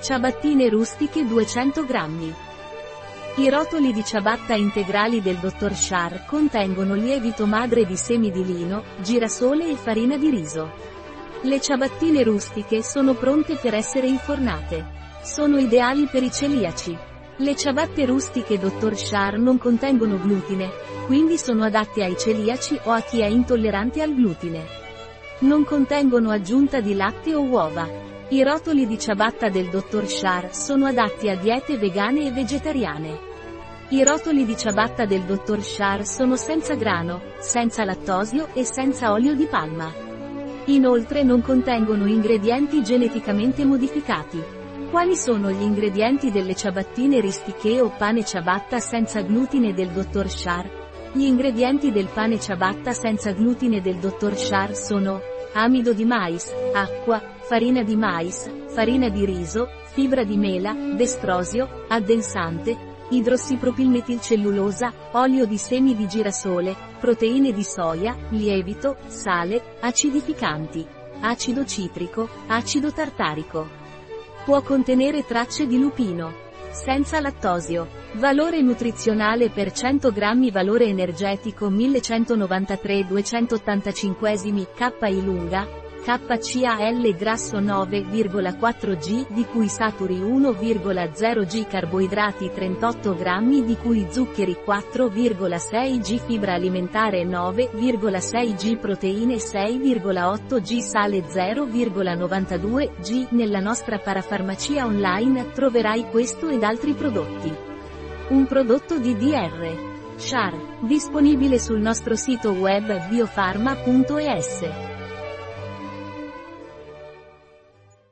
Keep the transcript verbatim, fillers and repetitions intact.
Ciabattine rustiche duecento grammi. I rotoli di ciabatta integrali del dottor Shar contengono lievito madre di semi di lino, girasole e farina di riso. Le ciabattine rustiche sono pronte per essere infornate. Sono ideali per i celiaci. Le ciabatte rustiche dottor Shar non contengono glutine, quindi sono adatte ai celiaci o a chi è intollerante al glutine. Non contengono aggiunta di latte o uova. I rotoli di ciabatta del dottor Shar sono adatti a diete vegane e vegetariane. I rotoli di ciabatta del dottor Shar sono senza grano, senza lattosio e senza olio di palma. Inoltre non contengono ingredienti geneticamente modificati. Quali sono gli ingredienti delle ciabattine ristiche o pane ciabatta senza glutine del dottor Shar? Gli ingredienti del pane ciabatta senza glutine del dottor Shar sono amido di mais, acqua, farina di mais, farina di riso, fibra di mela, destrosio, addensante, idrossipropilmetilcellulosa, olio di semi di girasole, proteine di soia, lievito, sale, acidificanti, acido citrico, acido tartarico. Può contenere tracce di lupino. Senza lattosio. Valore nutrizionale per cento grammi. Valore energetico millecentonovantatré duecentottantacinque K I lunga, K C A L grasso nove virgola quattro G di cui saturi uno virgola zero G, carboidrati trentotto grammi di cui zuccheri quattro virgola sei G, fibra alimentare nove virgola sei G, proteine sei virgola otto G, sale zero virgola novantadue G. Nella nostra parafarmacia online troverai questo ed altri prodotti. Un prodotto di D R Shar, disponibile sul nostro sito web biofarma punto es.